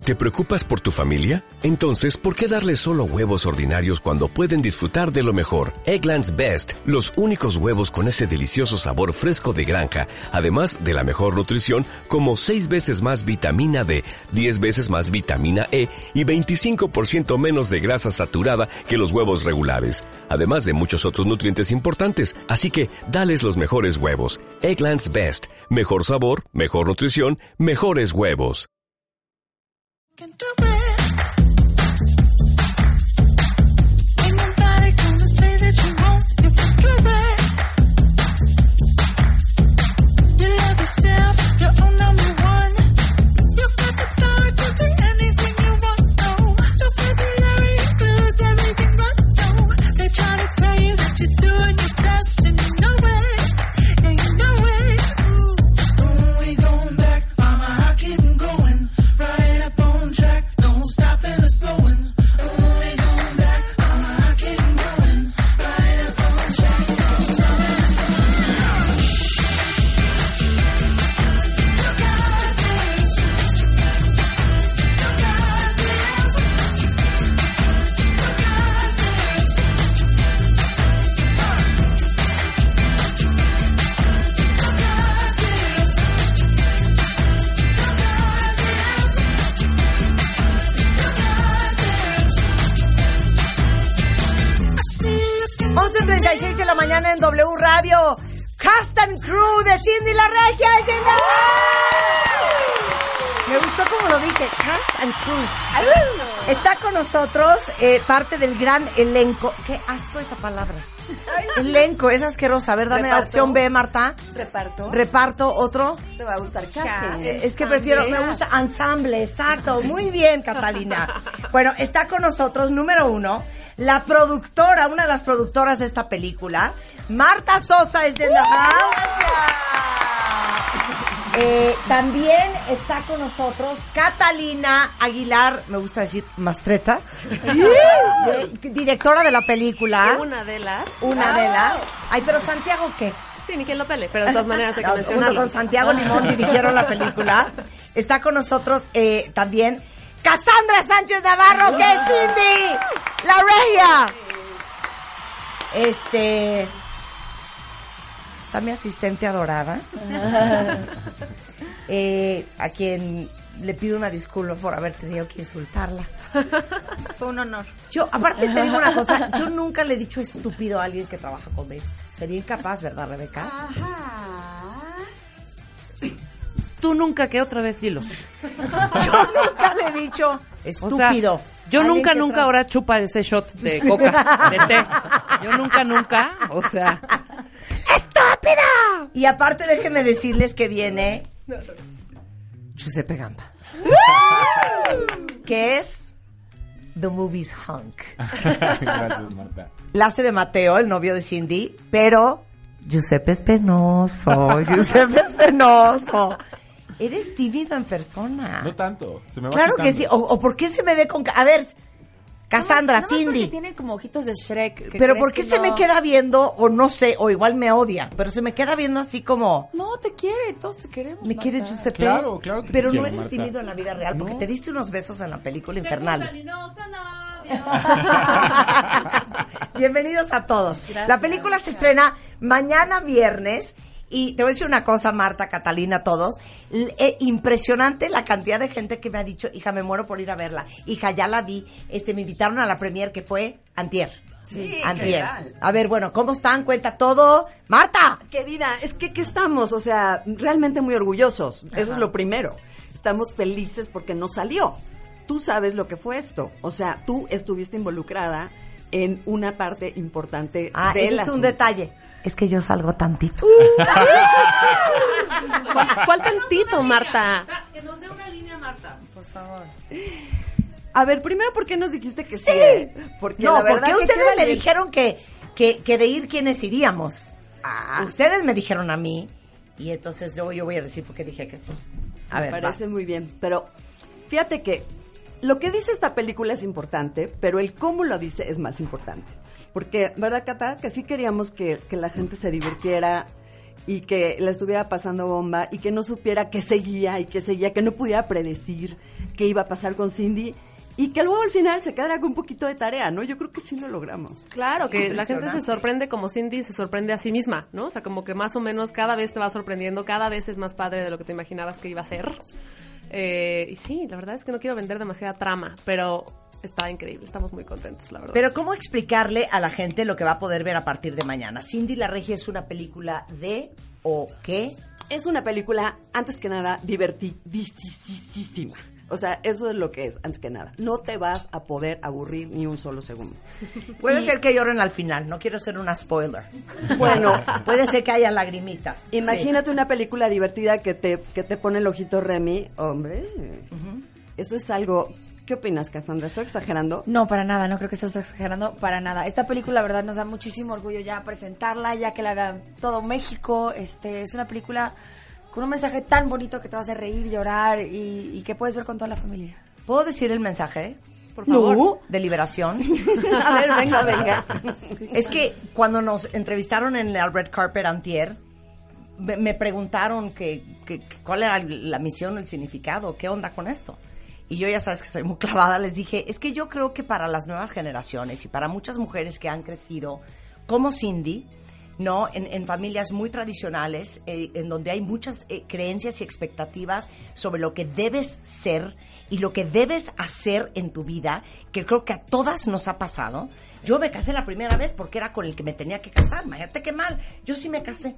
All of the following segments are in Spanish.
¿Te preocupas por tu familia? Entonces, ¿por qué darles solo huevos ordinarios cuando pueden disfrutar de lo mejor? Eggland's Best, los únicos huevos con ese delicioso sabor fresco de granja, además de la mejor nutrición, como 6 veces más vitamina D, 10 veces más vitamina E y 25% menos de grasa saturada que los huevos regulares, además de muchos otros nutrientes importantes. Así que, dales los mejores huevos. Eggland's Best, mejor sabor, mejor nutrición, mejores huevos. Can do it. Ain't nobody gonna say that you won't. You can do it. You love yourself, you're on number one. You got the power to do anything you want. No, the vocabulary includes everything but no. They try to tell you that you're doing your best and you know it. Yeah, you know it. Only going back, mama, I keep going right up on track, don't stop and a slowing. Only going back, mama, I keep going right up on track, don't stop and a slowing. You got this. You got this. You got this. 11:36 de la mañana en W Radio. Cast and Crew de Cindy La Regia. Me gustó como lo dije, Cast and Crew. Está con nosotros parte del gran elenco. Qué asco esa palabra. Elenco, es asquerosa. A ver, dame Reparto. opción B, Marta. Reparto. Reparto, otro. Te va a gustar casting. Es que prefiero, me gusta ensamble, exacto. Muy bien, Catalina. Bueno, está con nosotros, número 1, la productora, una de las productoras de esta película, Marta Sosa es de la house. También está con nosotros Catalina Aguilar, me gusta decir Mastreta, directora de la película. Una de las. Una de las. Ay, pero Santiago, ¿qué? Sí, ni quien lo pele, pero de todas maneras hay que Junto mencionarlo. con Santiago Limón dirigieron la película. Está con nosotros también Cassandra Sánchez Navarro, que es Cindy La Regia. Está mi asistente adorada, a quien le pido una disculpa por haber tenido que insultarla. Fue un honor. Yo, aparte te digo una cosa, yo nunca le he dicho estúpido a alguien que trabaja conmigo. Sería incapaz, ¿verdad, Rebeca? Tú nunca, ¿qué otra vez? Dilo. Yo nunca le he dicho estúpido. O sea, yo Alguien nunca, que nunca ahora chupa ese shot de coca, de té. Yo nunca, o sea... ¡Estúpida! Y aparte déjenme decirles que viene Giuseppe Gamba, que es The Movie's Hunk. Gracias, Marta. La hace de Mateo, el novio de Cindy, pero Giuseppe es penoso, Giuseppe es penoso. Eres tímido en persona. No tanto, se me va Claro que quitando. sí, o ¿por qué se me ve con... A ver, Cassandra, Nada más porque Cindy, tiene como ojitos de Shrek. que pero crees ¿por qué que se no? me queda viendo, o no sé, o igual me odia, pero se me queda viendo así como... No, te quiere, todos te queremos. ¿Me Marta. quieres, Giuseppe? Claro que Pero te no quiero, eres Marta. tímido en la vida real, porque No. te diste unos besos en la película Infernales. Bienvenidos a todos. Gracias. La película se estrena mañana viernes. Y te voy a decir una cosa, Marta, Catalina, todos. Impresionante la cantidad de gente que me ha dicho, hija, me muero por ir a verla. Hija, ya la vi. Me invitaron a la premier que fue antier. Sí, Antier. ¿qué tal? A ver, bueno, ¿cómo están? Cuenta todo. ¡Marta! Querida, es que estamos, o sea, realmente muy orgullosos. Eso es lo primero. Estamos felices porque no salió. Tú sabes lo que fue esto. O sea, tú estuviste involucrada en una parte importante Ah, del ese es un asunto. detalle. Es que yo salgo tantito. ¿Cuál tantito, Marta? Que nos dé una línea, Marta, por favor. A ver, primero, ¿por qué nos dijiste que sí? Porque No, la verdad porque que ustedes qué me valiente. dijeron que de ir quiénes iríamos. Ustedes me dijeron a mí. Y entonces luego yo voy a decir por qué dije que sí. A ver, Me parece vas. muy bien, pero fíjate que lo que dice esta película es importante, pero el cómo lo dice es más importante. Porque, ¿verdad, Cata? Que sí queríamos que la gente se divirtiera, y que la estuviera pasando bomba y que no supiera qué seguía, que no pudiera predecir qué iba a pasar con Cindy y que luego al final se quedara con un poquito de tarea, ¿no? Yo creo que sí lo logramos. Claro, que la gente se sorprende como Cindy se sorprende a sí misma, ¿no? O sea, como que más o menos cada vez te va sorprendiendo, cada vez es más padre de lo que te imaginabas que iba a ser. Y sí, la verdad es que no quiero vender demasiada trama, pero está increíble, estamos muy contentos, la verdad. Pero ¿cómo explicarle a la gente lo que va a poder ver a partir de mañana? Cindy la Regia es una película de o qué? Es una película, antes que nada, divertidísima. O sea, eso es lo que es, antes que nada. No te vas a poder aburrir ni un solo segundo. Puede ser que lloren al final, no quiero ser una spoiler. Bueno, Puede ser que haya lagrimitas. imagínate una película divertida que te pone el ojito Remy. Hombre, eso es algo... ¿Qué opinas, Cassandra? ¿Estoy exagerando? No, para nada, no creo que estés exagerando, para nada. Esta película, la verdad, nos da muchísimo orgullo ya presentarla, ya que la vea todo México. Es una película con un mensaje tan bonito que te va a hacer reír, llorar y que puedes ver con toda la familia. ¿Puedo decir el mensaje? Por favor. De liberación. A ver, venga. Es que cuando nos entrevistaron en el Red Carpet antier, me preguntaron cuál era la misión, el significado, qué onda con esto. Y yo ya sabes que soy muy clavada, les dije, es que yo creo que para las nuevas generaciones y para muchas mujeres que han crecido como Cindy, ¿no? En familias muy tradicionales, en donde hay muchas creencias y expectativas sobre lo que debes ser y lo que debes hacer en tu vida, que creo que a todas nos ha pasado. Yo me casé la primera vez porque era con el que me tenía que casar. Imagínate qué mal. Yo sí me casé.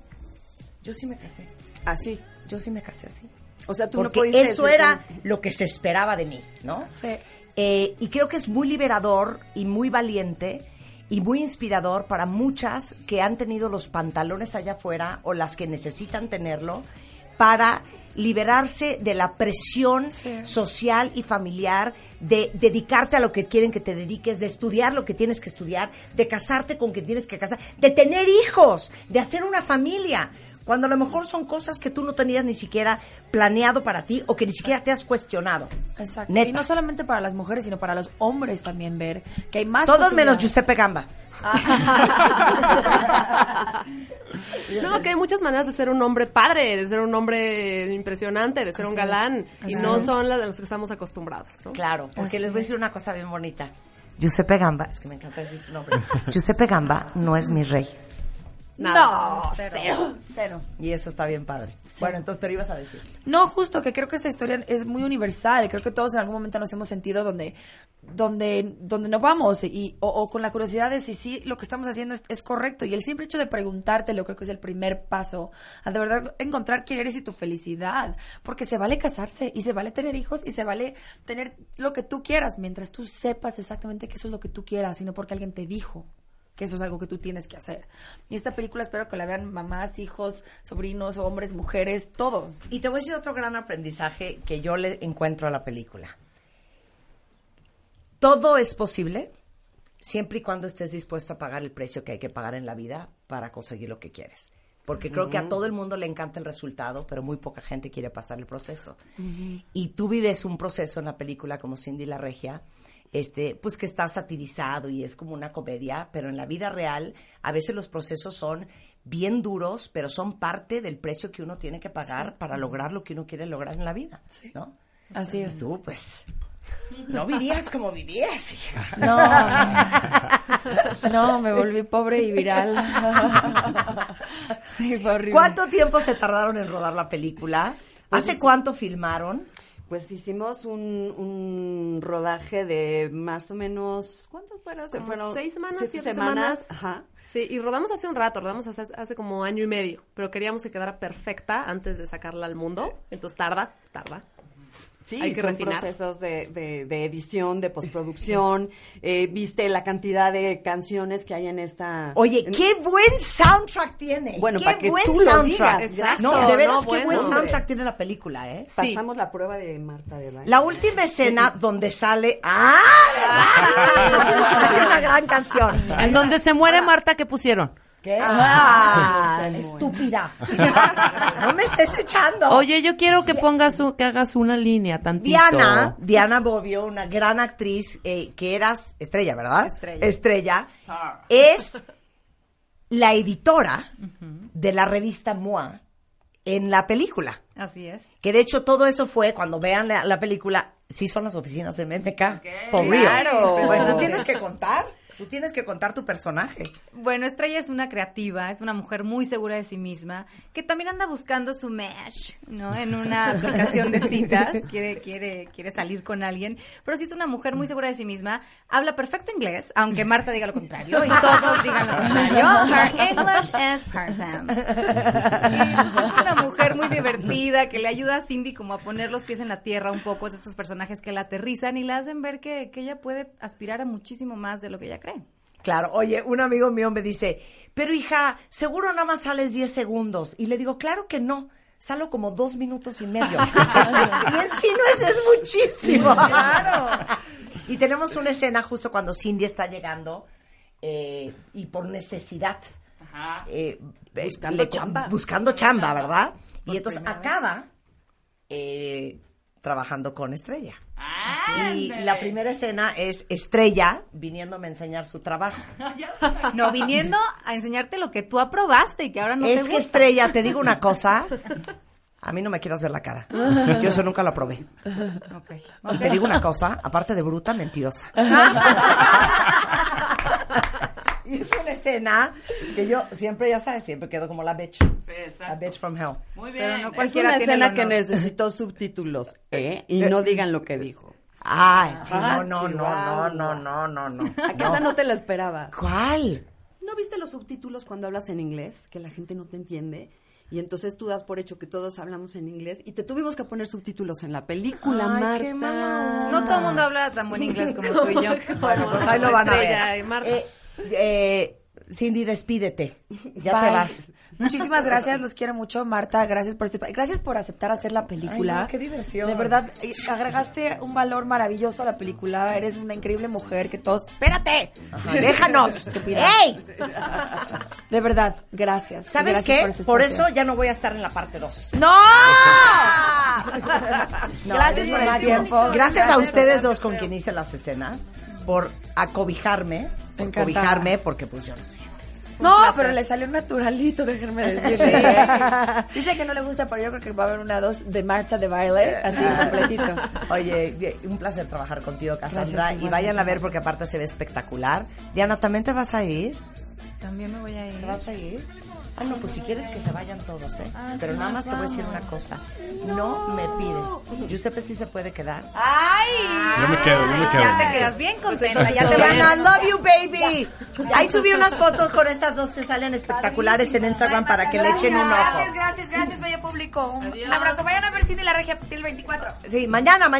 Así. Yo sí me casé así. O sea, tú porque no pudiste eso decir era que- lo que se esperaba de mí, ¿no? Sí. Y creo que es muy liberador y muy valiente y muy inspirador para muchas que han tenido los pantalones allá afuera o las que necesitan tenerlo para liberarse de la presión social y familiar, de dedicarte a lo que quieren que te dediques, de estudiar lo que tienes que estudiar, de casarte con quien tienes que casar, de tener hijos, de hacer una familia, cuando a lo mejor son cosas que tú no tenías ni siquiera planeado para ti o que ni siquiera te has cuestionado. Exacto. Neta. Y no solamente para las mujeres, sino para los hombres también ver que hay más Todos menos posibilidades. Giuseppe Gamba. No, que hay muchas maneras de ser un hombre padre, de ser un hombre impresionante, de ser un galán, y no son las que estamos acostumbrados, ¿no? Claro, porque Así les voy a es. decir una cosa bien bonita. Giuseppe Gamba, es que me encanta decir su nombre. Giuseppe Gamba no es mi rey. Nada. Cero. Y eso está bien padre. Bueno, entonces, pero ibas a decir. No, justo, que creo que esta historia es muy universal. Creo que todos en algún momento nos hemos sentido donde no vamos o con la curiosidad de si sí lo que estamos haciendo es correcto. Y el simple hecho de preguntártelo creo que es el primer paso a de verdad encontrar quién eres y tu felicidad. Porque se vale casarse y se vale tener hijos y se vale tener lo que tú quieras mientras tú sepas exactamente que eso es lo que tú quieras y no porque alguien te dijo que eso es algo que tú tienes que hacer. Y esta película espero que la vean mamás, hijos, sobrinos, hombres, mujeres, todos. Y te voy a decir otro gran aprendizaje que yo le encuentro a la película. Todo es posible siempre y cuando estés dispuesto a pagar el precio que hay que pagar en la vida para conseguir lo que quieres. Porque creo que a todo el mundo le encanta el resultado, pero muy poca gente quiere pasar el proceso. Y tú vives un proceso en la película como Cindy la Regia, pues que está satirizado y es como una comedia, pero en la vida real a veces los procesos son bien duros, pero son parte del precio que uno tiene que pagar para lograr lo que uno quiere lograr en la vida, ¿no? Así es. Y tú, pues, no vivías como vivías, hija. No, me volví pobre y viral. Sí, fue horrible. ¿Cuánto tiempo se tardaron en rodar la película? ¿Hace cuánto filmaron? Pues hicimos un rodaje de más o menos... ¿Cuántas fueron? Se Como fueron 6 semanas, 7 7 semanas. Ajá. Sí, y rodamos hace un rato, rodamos hace como año y medio, pero queríamos que quedara perfecta antes de sacarla al mundo, entonces tarda. Sí, Hay que son refinar. procesos de edición, de postproducción. Viste la cantidad de canciones que hay en esta... Oye, qué buen soundtrack tiene. Bueno, qué para que buen tú lo soundtrack. digas. Exacto. No, de veras, No, qué bueno. buen Hombre. soundtrack tiene la película, ¿eh? Sí. Pasamos la prueba de Marta de Baile. La última escena donde sale... ¡Ah! Hay una gran canción. En donde se muere Marta, ¿qué pusieron? ¿Qué? Ah, estúpida. No me estés echando. Oye, yo quiero que que hagas una línea tantito. Diana Bobbio, una gran actriz que eras estrella, ¿verdad? Estrella. Estrella. Es la editora de la revista MOA en la película. Así es. Que de hecho todo eso fue, cuando vean la película, sí son las oficinas de MMK. For real. Claro. Bueno, tú tienes que contar. Tú tienes que contar tu personaje. Bueno, Estrella es una creativa, es una mujer muy segura de sí misma, que también anda buscando su match, ¿no? En una aplicación de citas, quiere salir con alguien, pero sí es una mujer muy segura de sí misma, habla perfecto inglés, aunque Marta diga lo contrario, y todos digan lo contrario. Her English is perfect. Y es una mujer muy divertida, que le ayuda a Cindy como a poner los pies en la tierra un poco, de estos personajes que la aterrizan y la hacen ver que ella puede aspirar a muchísimo más de lo que ella cree. Claro, oye, un amigo mío me dice, pero hija, seguro nada más sales 10 segundos. Y le digo, claro que no, salgo como 2 minutos y medio. Y en sí no es muchísimo. Claro. Y tenemos una escena justo cuando Cindy está llegando y por necesidad. Buscando chamba, ¿verdad? Y entonces acaba trabajando con Estrella. Y la primera escena es Estrella viniéndome a enseñar su trabajo. No, viniendo a enseñarte lo que tú aprobaste y que ahora no te Es gusta. que Estrella, te digo una cosa, a mí no me quieras ver la cara. Yo eso nunca lo probé. Okay. Y te digo una cosa, aparte de bruta, mentirosa. Y es una escena que yo siempre, ya sabes, siempre quedo como la bitch. La bitch from hell. Muy Pero bien. no Es cualquiera una tiene el escena que honor. necesitó subtítulos, y no digan lo que dijo. Ay, sí, Ah, no. ¿A que esa no te la esperaba? ¿Cuál? ¿No viste los subtítulos cuando hablas en inglés? Que la gente no te entiende. Y entonces tú das por hecho que todos hablamos en inglés y te tuvimos que poner subtítulos en la película, Ay, Marta. qué mala onda. No todo el mundo habla tan buen inglés como tú y yo. Bueno, pues ahí lo van a Estrella ver. y Marta. Cindy, despídete. Ya Bye. te vas. Muchísimas gracias, los quiero mucho, Marta. Gracias por aceptar hacer la película. Ay, no, qué diversión. De verdad, agregaste un valor maravilloso a la película. Eres una increíble mujer que todos. ¡Espérate! Ajá, déjanos. Estúpida. ¡Ey! De verdad, gracias. ¿Sabes Gracias qué? este Por espacio. eso ya no voy a estar en la parte 2. ¡No! No, Gracias por el tiempo. Gracias a ustedes dos con quien hice las escenas por acobijarme, Encantada. porque pues yo no soy. No, pero le salió naturalito, déjenme decirle. Dice que no le gusta, pero yo creo que va a haber una 2 de Marta de baile, así completito. Oye, un placer trabajar contigo, Cassandra. Gracias, Y vayan a ver porque aparte se ve espectacular. Diana, ¿también te vas a ir? También me voy a ir. ¿Te vas a ir? Ah, no, pues si quieres que se vayan todos, ¿eh? Pero nada más te voy a decir una cosa. No me piden. Giuseppe sí se puede quedar. ¡Ay! Yo me quedo. Ya te quedas bien contenta, ya te Diana, voy love you, baby. Ahí subí unas fotos con estas dos que salen espectaculares en Instagram para que le echen un ojo. Gracias, bello público. Un abrazo. Vayan a ver Cindy la Regia el 24. Sí, mañana.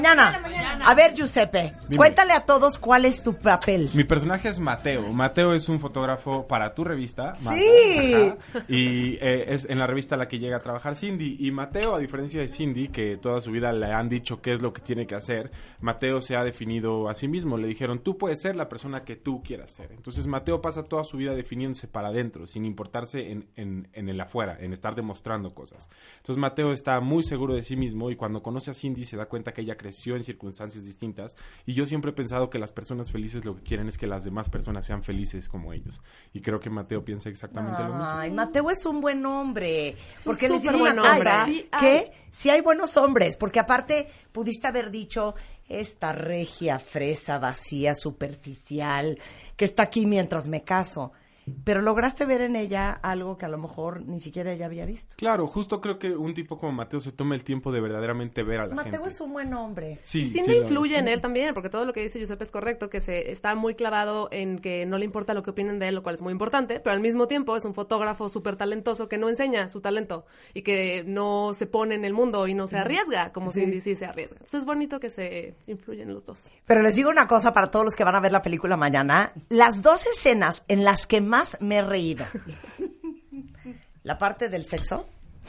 A ver, Giuseppe, Dime. cuéntale a todos cuál es tu papel. Mi personaje es Mateo. Mateo es un fotógrafo para tu revista. Marta. Sí. Ajá. Y es en la revista a la que llega a trabajar Cindy. Y Mateo, a diferencia de Cindy, que toda su vida le han dicho qué es lo que tiene que hacer, Mateo se ha definido a sí mismo. Le dijeron, tú puedes ser la persona que tú quieras ser. Entonces Mateo pasa toda su vida definiéndose para adentro, sin importarse en el afuera, en estar demostrando cosas. Entonces Mateo está muy seguro de sí mismo y cuando conoce a Cindy se da cuenta que ella creció en circunstancias distintas. Y yo siempre he pensado que las personas felices lo que quieren es que las demás personas sean felices como ellos. Y creo que Mateo piensa exactamente lo mismo. Ay, Mateo es un buen hombre. Porque un les digo súper una buen cosa, hombre. que sí hay buenos hombres, porque aparte pudiste haber dicho esta regia fresa vacía, superficial, que está aquí mientras me caso. Pero lograste ver en ella algo que a lo mejor ni siquiera ella había visto. Claro, justo creo que un tipo como Mateo se toma el tiempo de verdaderamente ver a la gente. Mateo es un buen hombre. Sí, Y sí, Cindy la influye verdad. en él también, porque todo lo que dice Giuseppe es correcto, que se está muy clavado en que no le importa lo que opinen de él, lo cual es muy importante, pero al mismo tiempo es un fotógrafo súper talentoso que no enseña su talento y que no se pone en el mundo y no se arriesga, como Cindy sí se arriesga. Entonces es bonito que se influyen los dos. Pero les digo una cosa para todos los que van a ver la película mañana. Las 2 escenas en las que más me he reído. La parte del sexo.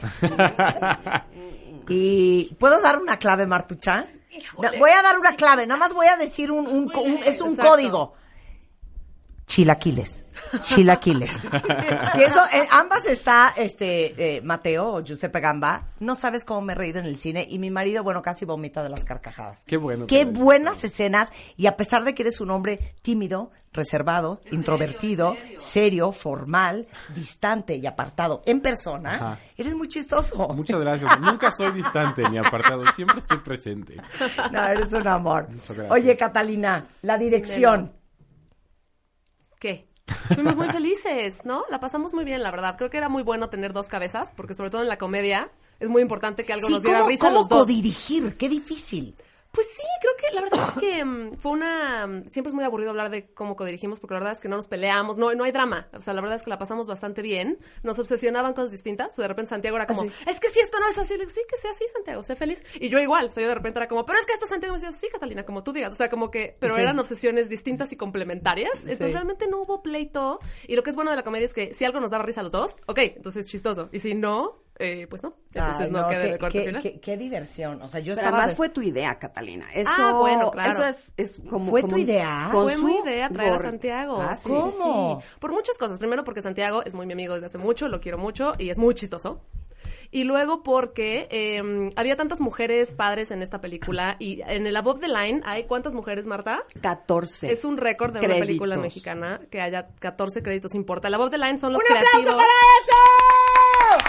Y ¿puedo dar una clave, Martucha? Voy a dar una clave, nada más voy a decir es un Exacto. código. Chilaquiles. chilaquiles. Y eso, ambas está, Mateo o Giuseppe Gamba. No sabes cómo me he reído en el cine. Y mi marido, bueno, casi vomita de las carcajadas. Qué bueno. Qué buenas escenas. Y a pesar de que eres un hombre tímido, reservado, introvertido, serio, formal, distante y apartado en persona, Ajá. eres muy chistoso. Muchas gracias. Nunca soy distante ni apartado. Siempre estoy presente. No, eres un amor. Muchas gracias. Oye, Catalina, la dirección. ¿Qué? Fuimos muy felices, ¿no? La pasamos muy bien, la verdad. Creo que era muy bueno tener dos cabezas, porque sobre todo en la comedia es muy importante que algo Sí, nos diera risa a ¿cómo los dos. codirigir? Qué difícil. Pues sí, creo que la verdad es que fue siempre es muy aburrido hablar de cómo codirigimos, porque la verdad es que no nos peleamos, no hay drama. O sea, la verdad es que la pasamos bastante bien. Nos obsesionaban cosas distintas. O de repente Santiago era como, es que si esto no es así. Le digo, sí, que sea así, Santiago, sé feliz. Y yo igual. O sea, yo de repente era como, pero es que esto Santiago me decía, sí, Catalina, como tú digas. O sea, como que, pero Sí. eran obsesiones distintas y complementarias. Entonces realmente no hubo pleito. Y lo que es bueno de la comedia es que si algo nos daba risa a los dos, ok, entonces es chistoso. Y si no, pues no. Entonces Ay, no queda en el corte qué, final. qué diversión. O sea, yo Pero estaba... además fue tu idea, Catalina. Eso, bueno, claro. Eso es como... ¿Fue como tu idea? con Fue su mi idea traer a gorra. Santiago. Ah, Sí, ¿cómo? sí, sí. Por muchas cosas. Primero porque Santiago es muy mi amigo desde hace mucho, lo quiero mucho y es muy chistoso. Y luego porque había tantas mujeres padres en esta película y en el Above the Line hay ¿cuántas mujeres, Marta? 14. Es un récord de una créditos. película mexicana que haya 14 créditos importa. El Above the Line son los ¡Un creativos. aplauso para eso!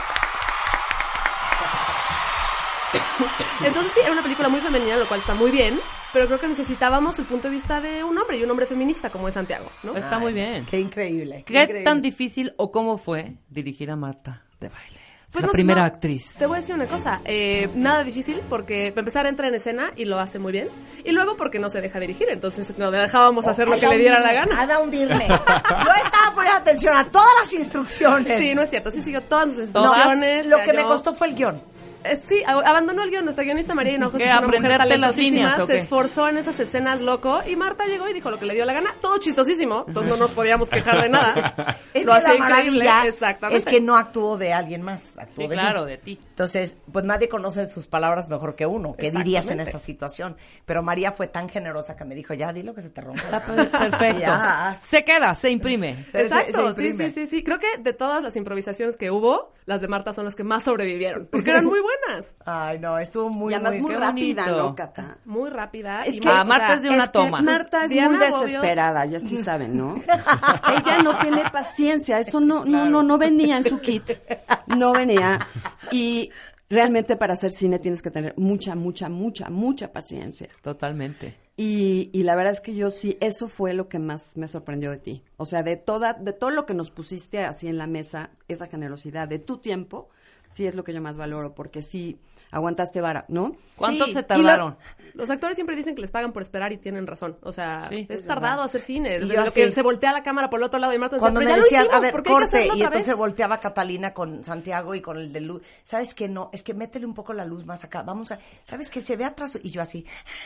Entonces sí, era una película muy femenina, lo cual está muy bien, pero creo que necesitábamos el punto de vista de un hombre y un hombre feminista como es Santiago, ¿no? Está muy bien. Qué increíble. ¿Qué tan difícil o cómo fue dirigir a Marta de baile? Pues la no- primera no, actriz. Te voy a decir una cosa, nada difícil porque para empezar entra en escena y lo hace muy bien y luego porque no se deja dirigir, entonces nos dejábamos hacer lo que le diera la gana. A de hundirme. Yo estaba poniendo atención a todas las instrucciones. Sí, no es cierto, sí siguió todas las No, instrucciones. lo que me cayó. costó fue el guión. Sí, abandonó el guión. Nuestra guionista María Hinojos ¿Qué, es una mujer aprenderte las talentosísima, líneas, o se qué? esforzó en esas escenas loco y Marta llegó y dijo lo que le dio la gana, todo chistosísimo, entonces no nos podíamos quejar de nada. Es Lo que hacía la maravilla increíble, exactamente. es que no actuó de alguien más, actuó Sí, de claro, mí. de ti. Entonces, pues nadie conoce sus palabras mejor que uno. ¿Qué dirías en Exactamente. esa situación? Pero María fue tan generosa que me dijo, ya, di lo que se te rompa. la Está gana". perfecto. Ya. Se queda, se imprime. Exacto, Se sí, imprime. sí. Creo que de todas las improvisaciones que hubo, las de Marta son las que más sobrevivieron, porque eran muy buenas. Ay, no, estuvo muy, Y además muy qué rápida, bonito. ¿no, Cata? Muy rápida. Es y que- muy- Ah, Marta es de una Es que toma. Marta es Diana muy Bobbio- desesperada, ya sí saben, ¿no? Ella no tiene paciencia, eso no venía en su kit, no venía. Y realmente para hacer cine tienes que tener mucha paciencia. Totalmente. Y la verdad es que yo sí, eso fue lo que más me sorprendió de ti. O sea, de todo lo que nos pusiste así en la mesa, esa generosidad de tu tiempo, sí es lo que yo más valoro, porque sí aguantaste vara, ¿no? ¿Cuánto Sí. se tardaron? Los actores siempre dicen que les pagan por esperar y tienen razón. O sea, Sí, es tardado hacer cine. Y Desde yo lo así- que se voltea la cámara por el otro lado y Marta decía, Cuando pero me ya lo decían, hicimos, a ver, ¿por qué hay que corte, hacerlo y otra entonces vez? volteaba Catalina con Santiago y con el de luz. ¿Sabes qué? No, es que métele un poco la luz más acá. Vamos a, ¿sabes qué? Se ve atrás. Y yo así.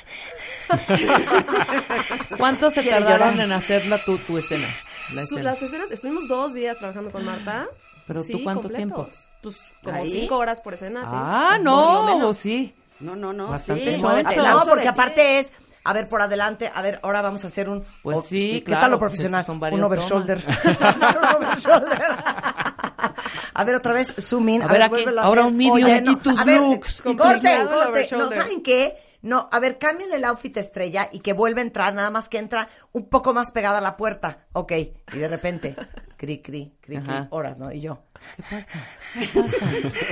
¿Cuánto se Quiere tardaron llorar. en hacerla tu escena? La escena. Las escenas, estuvimos 2 días trabajando con Marta. ¿Pero tú Sí, cuánto completos. tiempo? Pues como ¿Ahí? 5 horas por escena, sí. Ah, Por lo no, menos. sí. No, Bastante sí. choncho. No, Aplauso porque de aparte pie. es, a ver, por adelante, a ver, ahora vamos a hacer un... Pues sí, ¿qué claro, tal lo pues profesional? esos son Un varias overshoulder. Un overshoulder. A ver, otra vez, zoom in. A ver, aquí, vuélvelo a ahora hacer. un medium. Oye, no, Y tus a ver, looks. corte, Complicado el corte. No, overshoulder. ¿saben qué? No, a ver, cámbienle el outfit estrella y que vuelva a entrar, nada más que entra un poco más pegada a la puerta. Ok, y de repente, cri, Ajá. horas, ¿no? Y yo... ¿Qué pasa? ¿Qué pasa?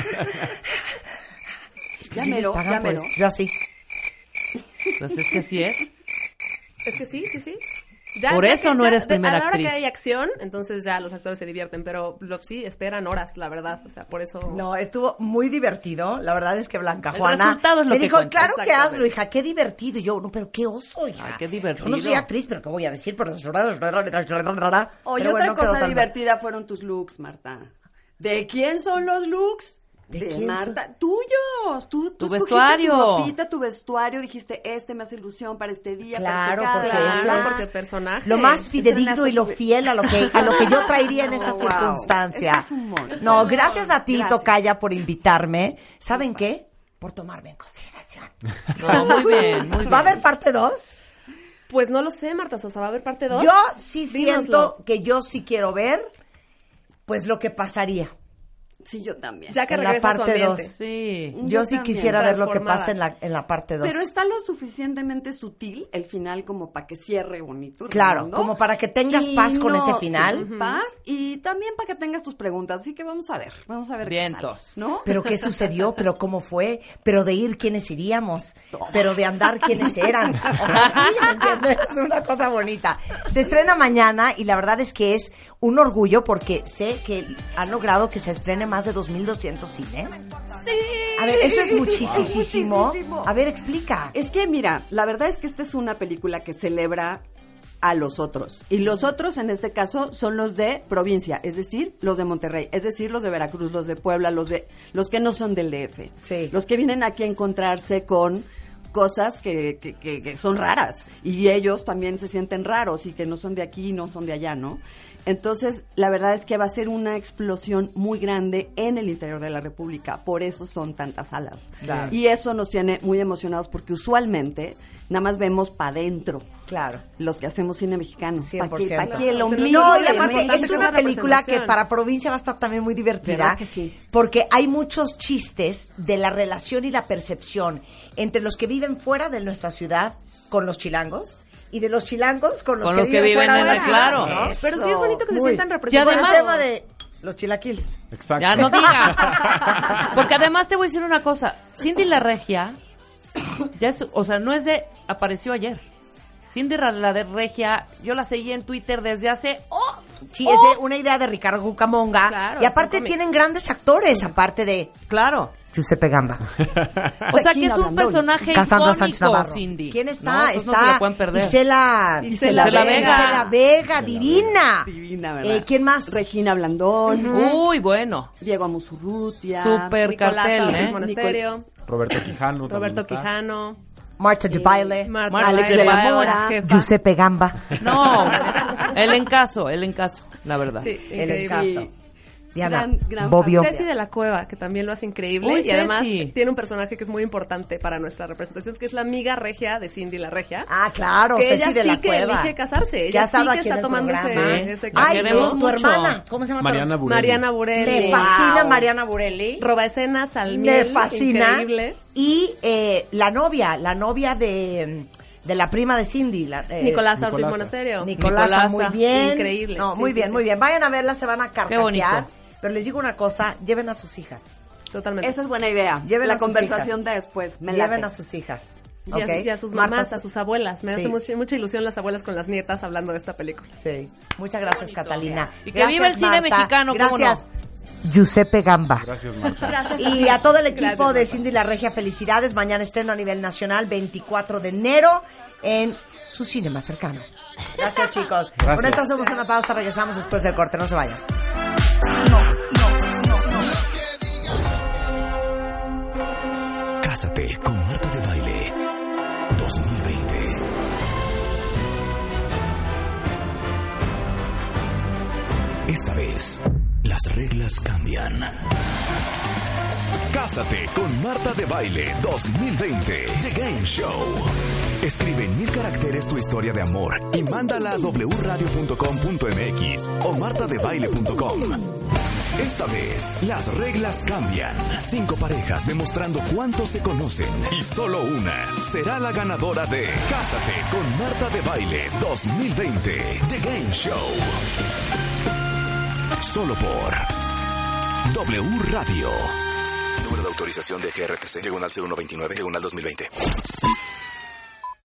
Es que Ya sí les mero, pagan ya por mero. eso. Yo así. Pues es que así es. Es que sí. Por eso que- no eres a primera la hora actriz. que hay acción, entonces ya los actores se divierten, pero sí esperan horas, la verdad. O sea, por eso... No, estuvo muy divertido. La verdad es que Blanca El Juana resultado es lo me que dijo, cuenta. claro que Exactamente. hazlo, hija, qué divertido. Y yo, no, pero qué oso, hija. Ay, qué divertido. Yo no soy actriz, pero qué voy a decir. Pero... Oye, Pero otra bueno, quedó cosa tan- divertida fueron tus looks, Marta. ¿De quién son los looks? ¿De De quién Marta. Tuyos. Tú Tu escogiste vestuario. Tu ropita, tu vestuario. Dijiste, me hace ilusión para este día, Claro, para porque este eso Claro, es porque personaje. lo más fidedigno Estrenaste y lo tu- fiel a lo que yo traería en esa Wow. circunstancia. Eso es un mon. No, gracias a ti, Gracias. Tocaya, por invitarme. ¿Saben qué? Por tomarme en consideración. No, muy bien, muy bien. ¿Va a haber parte 2? Pues no lo sé, Marta Sosa, ¿va a haber parte 2? Yo sí Dínoslo. siento que yo sí quiero ver, pues, lo que pasaría. Sí, yo también. Ya que en la regresa a su parte ambiente. 2. Sí. Yo sí también. quisiera ver lo que Transformada. pasa en la parte 2. Pero está lo suficientemente sutil el final como para que cierre bonito. Claro, redondo. como para que tengas Y paz con no, ese final. sí, paz y también para que tengas tus preguntas. Así que vamos a ver qué Vientos. sale, ¿no? Pero qué sucedió, pero cómo fue, pero de ir quiénes iríamos, pero de andar quiénes eran. O sea, sí, ¿me entiendes? Es una cosa bonita. Se estrena mañana y la verdad es que es un orgullo porque sé que han logrado que se estrene más de 2,200 cines. Sí. A ver, eso es muchísimo. Muchísimo. A ver, explica. Es que mira, la verdad es que esta es una película que celebra a los otros. Y los otros, en este caso, son los de provincia, es decir, los de Monterrey, es decir, los de Veracruz, los de Puebla, los que no son del DF. Sí. Los que vienen aquí a encontrarse con cosas que son raras. Y ellos también se sienten raros y que no son de aquí y no son de allá, ¿no? Entonces, la verdad es que va a ser una explosión muy grande en el interior de la República. Por eso son tantas salas. Claro. Y eso nos tiene muy emocionados porque usualmente nada más vemos para adentro. Claro. Los que hacemos cine mexicano. 100%. Pa' aquí el ombligo. No, y de aparte México. es una película que representación. para provincia va a estar también muy divertida. ¿Verdad que sí? Porque hay muchos chistes de la relación y la percepción entre los que viven fuera de nuestra ciudad con los chilangos y de los chilangos con los que viven fuera de en la el- ciudad. claro. ¿no? Pero sí es bonito que se Muy. sientan Y representados. Con además- el tema de los chilaquiles. Exacto. Ya no digas. Porque además te voy a decir una cosa. Cindy la Regia, ya es, o sea, no es de, apareció ayer. Cindy la de Regia, yo la seguí en Twitter desde hace, Sí, es de una idea de Ricardo Cucamonga. Claro, y aparte es un cómic. tienen grandes actores, aparte de claro. Giuseppe Gamba. O sea, que es un Blandón. personaje Cassandra Sánchez icónico, Navarro. Cindy. ¿Quién No, está? entonces no se Está la pueden perder. Isela Vega. Isela Vega, divina. Divina, ¿verdad? ¿Quién más? Regina Blandón. Uy, bueno. Diego Amusurrutia. Súper Nicolás cartel, Álvarez ¿eh? Monasterio, Roberto Quijano. también Roberto está. Quijano, Marta de Baile. Marta Alex Baile, de la Mora. jefa. Giuseppe Gamba. No, el encaso, la verdad. Sí, El increíble. encaso. Diana, Gran Bobbio. Ceci de la Cueva, que también lo hace increíble. Uy, y además Ceci. tiene un personaje que es muy importante para nuestra representación, que es la amiga regia de Cindy la Regia. Ah, claro, que Ceci ella de sí la que Cueva. elige casarse. Que ha Ella sí estado que aquí en está el tomando programa. ese La Ay, queremos tu mucho. hermana. ¿Cómo se llama? tu Mariana Burelli. Mariana Me Burelli. fascina Wow. Mariana Burelli. Robaescenas al Me miel. fascina. Increíble. Y la novia de la prima de Cindy. Nicolasa Ortiz Nicolasa. Monasterio. Nicolasa, muy bien. Increíble. No, Sí, muy sí, bien, sí. muy bien. Vayan a verla, se van a Qué carcajear. bonito. Pero les digo una cosa, lleven a sus hijas. Totalmente. Esa es buena idea. Lleven a la sus conversación hijas. de después. Me Lleven late. a sus hijas. Y ¿ok? y a sus Marta, mamás, a sus abuelas. Me sí. hace mucha ilusión las abuelas con las nietas hablando de esta película. Sí. Muchas gracias, Catalina. Y que viva el cine mexicano, ¿cómo Gracias, Giuseppe Gamba. Gracias, Marta. Gracias. Y a todo el equipo Gracias, de Marta. Cindy la Regia, felicidades. Mañana estreno a nivel nacional, 24 de enero, en su cine más cercano. Gracias, chicos. Gracias. Con esto hacemos una pausa, regresamos después del corte. No se vayan. Cásate con Marta de Baile 2020. Esta vez, las reglas cambian. Cásate con Marta de Baile 2020. The Game Show. Escribe en 1000 caracteres tu historia de amor y mándala a wradio.com.mx o martadebaile.com. Esta vez, las reglas cambian. 5 parejas demostrando cuánto se conocen. Y solo una será la ganadora de Cásate con Marta de Baile 2020. The Game Show. Solo por W Radio. Número de autorización de GRTC, diagonal 0129, diagonal 2020.